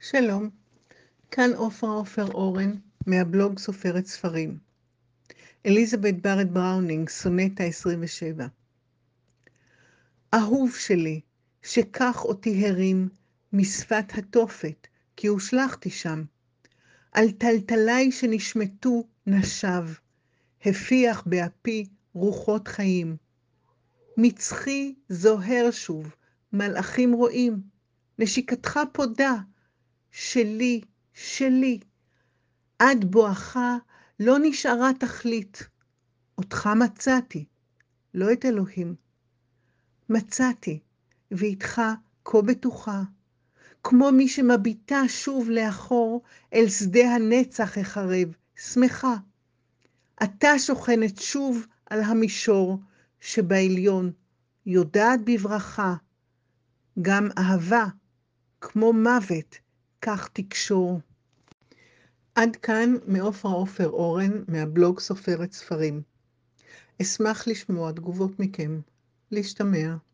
שלום, כאן עופרה אורן מהבלוג סופרת ספרים. אליזבת בארט בראונינג, סונטה 27. אהוב שלי, שכך אותי הרים משפת התופת, כי הושלכתי שם. על טלטלי שנשמטו נשב, הפיח באפי רוחות חיים. מצחי זוהר שוב, מלאכים רואים, נשיקתך פודה, שלי, שלי. עד בואכה לא נשארה תכלית. אותך מצאתי, לא את אלוהים. מצאתי, ואיתך כה בטוחה, כמו מי שמביטה שוב לאחור אל שדה הנצח החרב, שמחה. אתה שוכנת שוב על המישור שבעליון, יודעת בברכה, גם אהבה, כמו מוות, כך תקשור. עד כאן מעופרה אורן מהבלוג סופרת ספרים. אשמח לשמוע תגובות מכם. להשתמע.